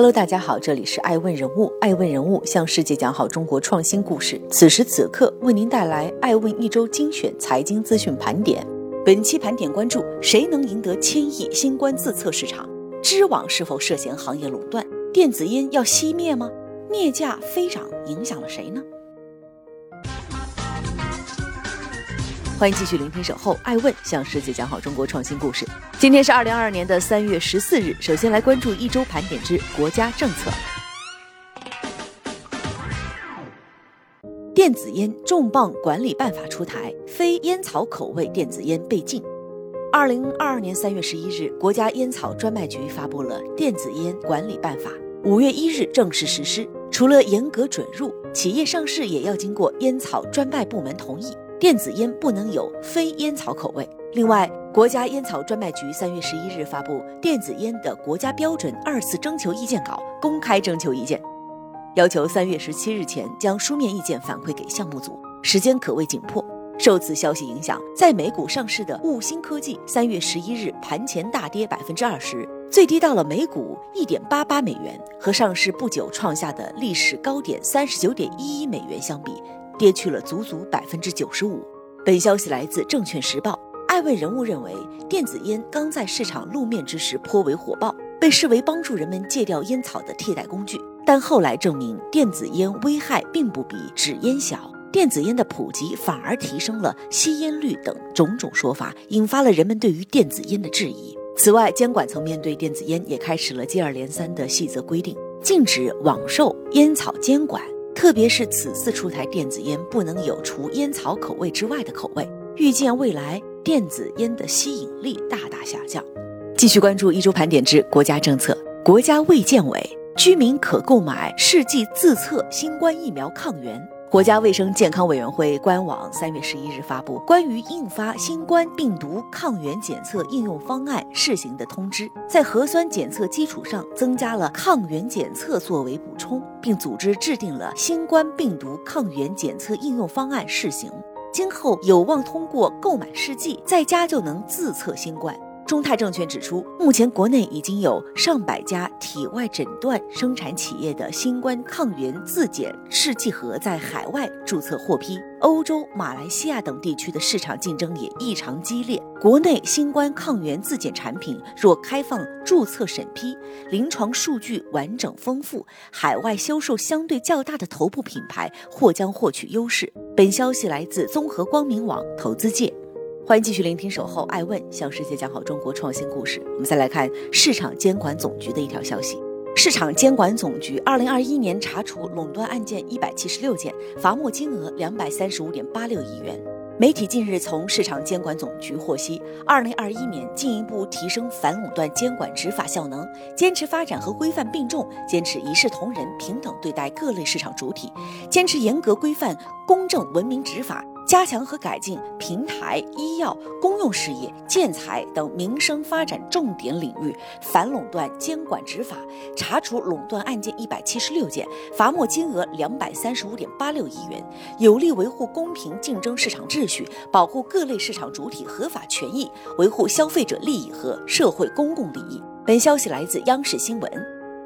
Hello， 大家好，这里是爱问人物，爱问人物向世界讲好中国创新故事。此时此刻为您带来爱问一周精选财经资讯盘点。本期盘点关注：谁能赢得1000亿新冠自测市场？知网是否涉嫌行业垄断？电子烟要熄灭吗？镍价飞涨影响了谁呢？欢迎继续聆听守候爱问向世界讲好中国创新故事。今天是2022年的3月14日，首先来关注一周盘点之国家政策。电子烟重磅管理办法出台，非烟草口味电子烟被禁。2022年3月11日，国家烟草专卖局发布了电子烟管理办法，5月1日正式实施。除了严格准入，企业上市也要经过烟草专卖部门同意。电子烟不能有非烟草口味。另外，国家烟草专卖局3月11日发布电子烟的国家标准2次征求意见稿，公开征求意见，要求3月17日前将书面意见反馈给项目组，时间可谓紧迫。受此消息影响，在美股上市的悟新科技3月11日盘前大跌20%，最低到了每股1.88美元，和上市不久创下的历史高点39.11美元相比，跌去了足足95%。本消息来自证券时报。爱问人物认为，电子烟刚在市场露面之时颇为火爆，被视为帮助人们戒掉烟草的替代工具。但后来证明，电子烟危害并不比纸烟小，电子烟的普及反而提升了吸烟率等种种说法，引发了人们对于电子烟的质疑。此外，监管层面对电子烟也开始了接二连三的细则规定，禁止网售、烟草监管，特别是此次出台电子烟不能有除烟草口味之外的口味，预见未来电子烟的吸引力大大下降。继续关注一周盘点之国家政策。国家卫健委，居民可购买试剂自测新冠疫苗抗原。国家卫生健康委员会官网3月11日发布关于印发新冠病毒抗原检测应用方案试行的通知，在核酸检测基础上增加了抗原检测作为补充，并组织制定了新冠病毒抗原检测应用方案试行，今后有望通过购买试剂，在家就能自测新冠。中泰证券指出，目前国内已经有上百家体外诊断生产企业的新冠抗原自检试剂盒在海外注册获批，欧洲、马来西亚等地区的市场竞争也异常激烈。国内新冠抗原自检产品若开放注册审批，临床数据完整丰富，海外销售相对较大的头部品牌或将获取优势。本消息来自综合光明网投资界。欢迎继续聆听守候爱问向世界讲好中国创新故事。我们再来看市场监管总局的一条消息。市场监管总局2021年查处垄断案件176件，罚没金额235.86亿元。媒体近日从市场监管总局获悉，2021年进一步提升反垄断监管执法效能，坚持发展和规范并重，坚持一视同仁、平等对待各类市场主体，坚持严格规范、公正文明执法，加强和改进平台、医药、公用事业、建材等民生发展重点领域反垄断监管执法，查处垄断案件176件，罚没金额235.86亿元，有力维护公平竞争市场秩序，保护各类市场主体合法权益，维护消费者利益和社会公共利益。本消息来自央视新闻。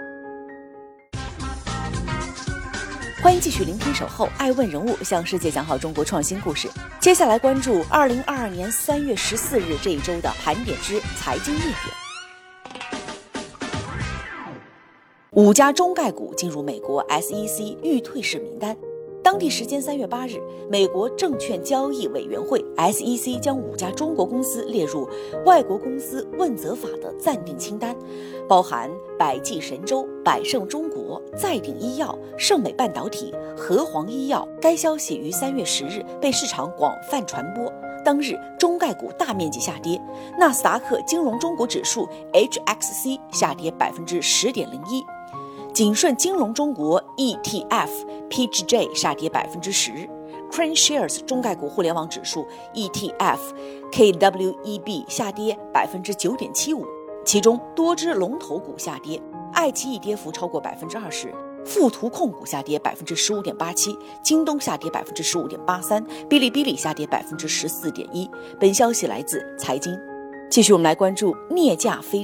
欢迎继续聆听守候爱问人物向世界讲好中国创新故事。接下来关注2022年3月14日这一周的盘点之财经热点。5家中概股进入美国 SEC 预退市名单。当地时间3月8日，美国证券交易委员会 SEC 将5家中国公司列入外国公司问责法的暂定清单，包含百济神州、百胜中国、再鼎医药、盛美半导体、和黄医药。该消息于3月10日被市场广泛传播。当日，中概股大面积下跌，纳斯达克金融中国指数 HXC 下跌10.01%。景顺金融中国 ETF PGJ 下跌10%， Crane Shares 中概股互联网指数 ETF KWEB 下跌9.75%，其中多只龙头股下跌，爱奇艺跌幅超过20%，富途控股下跌15.87%，京东下跌15.83%，哔哩哔哩下跌14.1%。本消息来自财经。继续我们来关注镍价飞涨。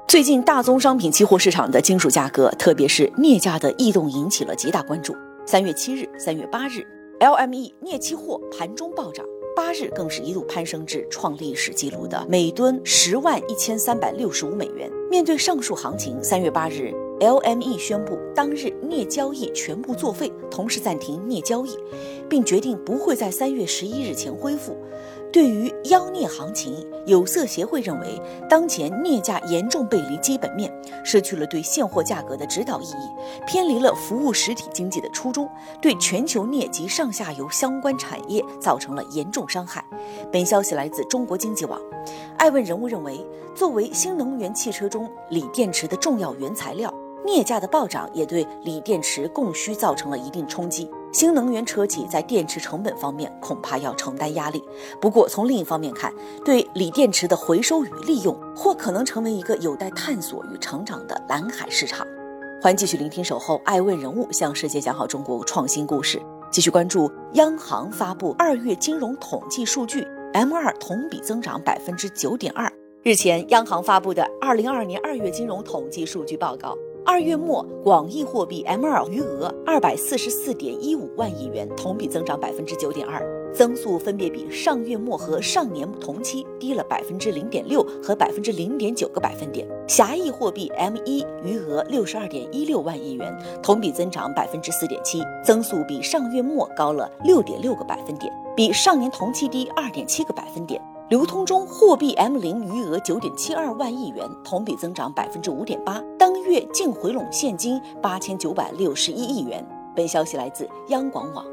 最近大宗商品期货市场的金属价格，特别是镍价的异动引起了极大关注。3月7日、3月8日 ，LME 镍期货盘中暴涨，8日更是一度攀升至创历史纪录的每吨10.1365美元。面对上述行情，3月8日LME 宣布当日镍交易全部作废，同时暂停镍交易，并决定不会在3月11日前恢复。对于央镍行情，有色协会认为，当前镍价严重背离基本面，失去了对现货价格的指导意义，偏离了服务实体经济的初衷，对全球镍及上下游相关产业造成了严重伤害。本消息来自中国经济网。爱问人物认为，作为新能源汽车中锂电池的重要原材料，镍价的暴涨也对锂电池供需造成了一定冲击。新能源车企在电池成本方面恐怕要承担压力。不过从另一方面看，对锂电池的回收与利用或可能成为一个有待探索与成长的蓝海市场。欢迎继续聆听守候爱问人物，向世界讲好中国创新故事。继续关注央行发布2月金融统计数据， M2 同比增长 9.2%。 日前央行发布的2022年2月金融统计数据报告，2月末广义货币 M2 余额244.15万亿元，同比增长 9.2%， 增速分别比上月末和上年同期低了 0.6% 和 0.9个百分点。狭义货币 M1 余额62.16万亿元，同比增长 4.7%， 增速比上月末高了 6.6个百分点，比上年同期低 2.7个百分点。流通中货币 M0 余额 9.72 万亿元，同比增长 5.8%， 当月净回笼现金8961亿元。本消息来自央广网。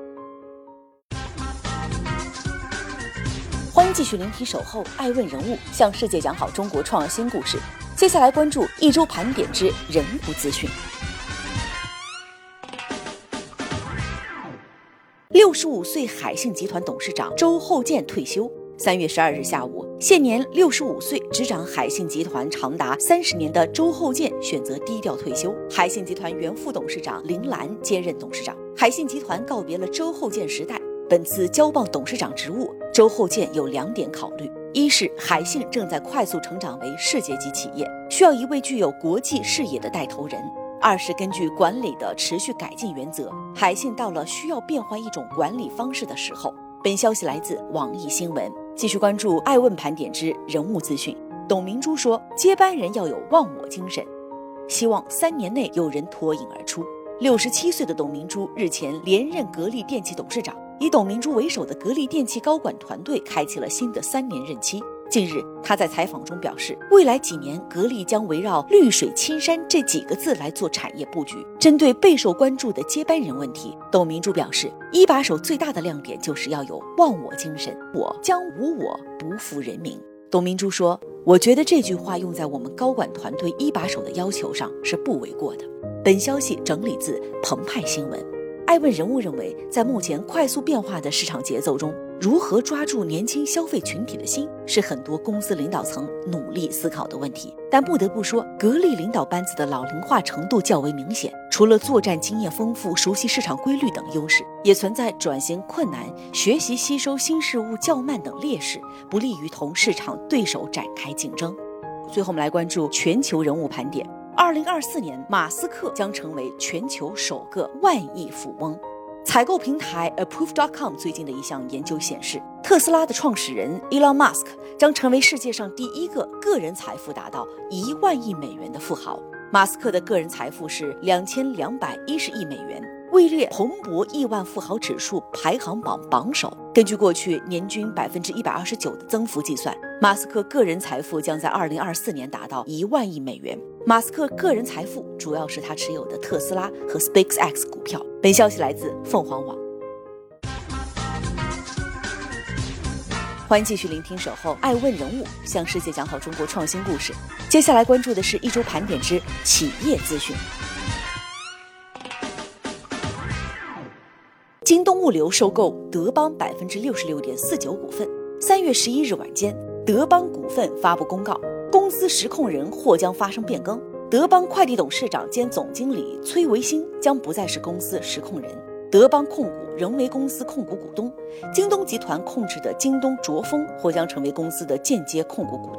欢迎继续聆听守候爱问人物，向世界讲好中国创新故事。接下来关注一周盘点之人物资讯。65岁海信集团董事长周厚健退休。3月12日下午，现年65岁、执掌海信集团长达30年的周厚健选择低调退休，海信集团原副董事长林兰接任董事长。海信集团告别了周厚健时代。本次交棒董事长职务，周厚健有2点考虑：一是海信正在快速成长为世界级企业，需要一位具有国际视野的带头人；二是根据管理的持续改进原则，海信到了需要变换一种管理方式的时候。本消息来自网易新闻。继续关注爱问盘点之人物资讯。董明珠说，接班人要有忘我精神，希望3年内有人脱颖而出。67岁的董明珠日前连任格力电器董事长，以董明珠为首的格力电器高管团队开启了新的3年任期。近日，他在采访中表示，未来几年格力将围绕绿水青山这几个字来做产业布局。针对备受关注的接班人问题，董明珠表示，一把手最大的亮点就是要有忘我精神，我将无我，不负人民。董明珠说，我觉得这句话用在我们高管团队一把手的要求上是不为过的。本消息整理自澎湃新闻。爱问人物认为，在目前快速变化的市场节奏中，如何抓住年轻消费群体的心，是很多公司领导层努力思考的问题。但不得不说，格力领导班子的老龄化程度较为明显，除了作战经验丰富、熟悉市场规律等优势，也存在转型困难、学习吸收新事物较慢等劣势，不利于同市场对手展开竞争。最后我们来关注全球人物盘点。2024年，马斯克将成为全球首个10000亿富翁。采购平台 Approve.com 最近的一项研究显示，特斯拉的创始人 Elon Musk 将成为世界上第一个个人财富达到1万亿美元的富豪。马斯克的个人财富是2210亿美元，位列彭博亿万富豪指数排行榜榜首。根据过去年均129%的增幅计算，马斯克个人财富将在2024年达到1万亿美元。马斯克个人财富主要是他持有的特斯拉和 SpaceX 股票。本消息来自凤凰网。欢迎继续聆听守候爱问人物，向世界讲好中国创新故事。接下来关注的是一周盘点之企业资讯。京东物流收购德邦 66.49% 股份。3月11日晚间，德邦股份发布公告，公司实控人或将发生变更，德邦快递董事长兼总经理崔维新将不再是公司实控人，德邦控股仍为公司控股股东，京东集团控制的京东卓丰或将成为公司的间接控股股东。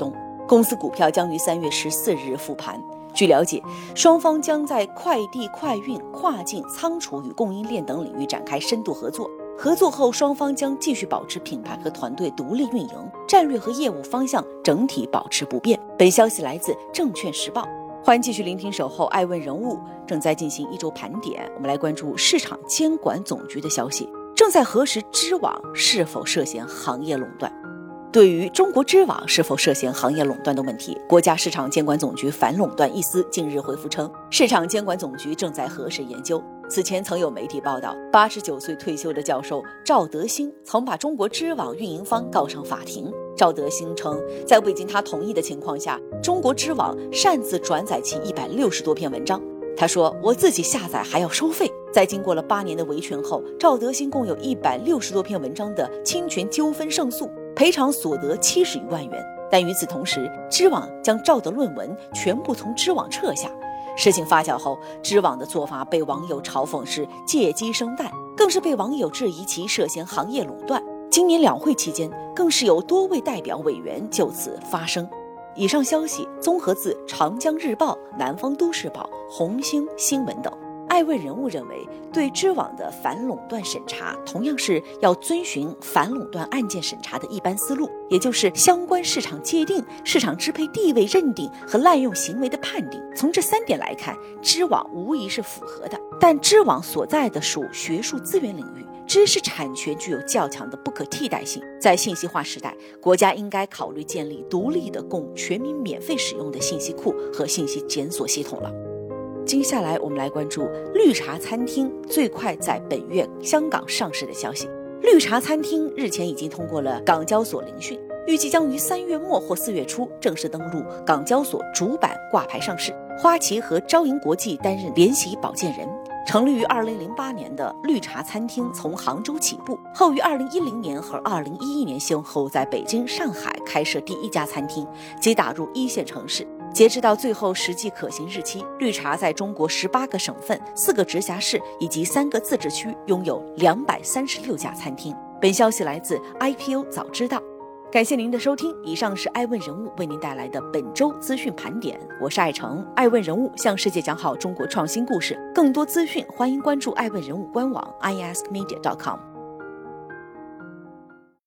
公司股票将于3月14日复盘。据了解，双方将在快递、快运、跨境、仓储与供应链等领域展开深度合作。合作后，双方将继续保持品牌和团队独立运营，战略和业务方向整体保持不变。本消息来自证券时报。欢迎继续聆听守候爱问人物，正在进行一周盘点。我们来关注市场监管总局的消息，正在核实知网是否涉嫌行业垄断。对于中国知网是否涉嫌行业垄断的问题，国家市场监管总局反垄断一司近日回复称，市场监管总局正在核实研究。此前曾有媒体报道，89岁退休的教授赵德兴曾把中国知网运营方告上法庭。赵德兴称，在未经他同意的情况下，中国知网擅自转载其160多篇文章。他说，我自己下载还要收费。在经过了8年的维权后，赵德兴共有160多篇文章的侵权纠纷胜诉，赔偿所得70余万元。但与此同时，知网将赵的论文全部从知网撤下。事情发酵后，知网的做法被网友嘲讽是借鸡生蛋，更是被网友质疑其涉嫌行业垄断。今年两会期间，更是有多位代表委员就此发声。以上消息综合自长江日报、南方都市报、红星新闻等。爱问人物认为，对知网的反垄断审查同样是要遵循反垄断案件审查的一般思路，也就是相关市场界定、市场支配地位认定和滥用行为的判定。从这3点来看，知网无疑是符合的。但知网所在的属学术资源领域，知识产权具有较强的不可替代性。在信息化时代，国家应该考虑建立独立的供全民免费使用的信息库和信息检索系统了。接下来我们来关注绿茶餐厅最快在本月香港上市的消息。绿茶餐厅日前已经通过了港交所聆讯，预计将于3月末或4月初正式登陆港交所主板挂牌上市。花旗和招银国际担任联席保荐人。成立于2008年的绿茶餐厅从杭州起步，后于2010年和2011年先后在北京、上海开设第1家餐厅，即打入1线城市。截止到最后实际可行日期，绿茶在中国18个省份、4个直辖市以及3个自治区拥有236家餐厅。本消息来自 IPO 早知道。感谢您的收听，以上是爱问人物为您带来的本周资讯盘点，我是爱成。爱问人物向世界讲好中国创新故事，更多资讯欢迎关注爱问人物官网 iaskmedia.com。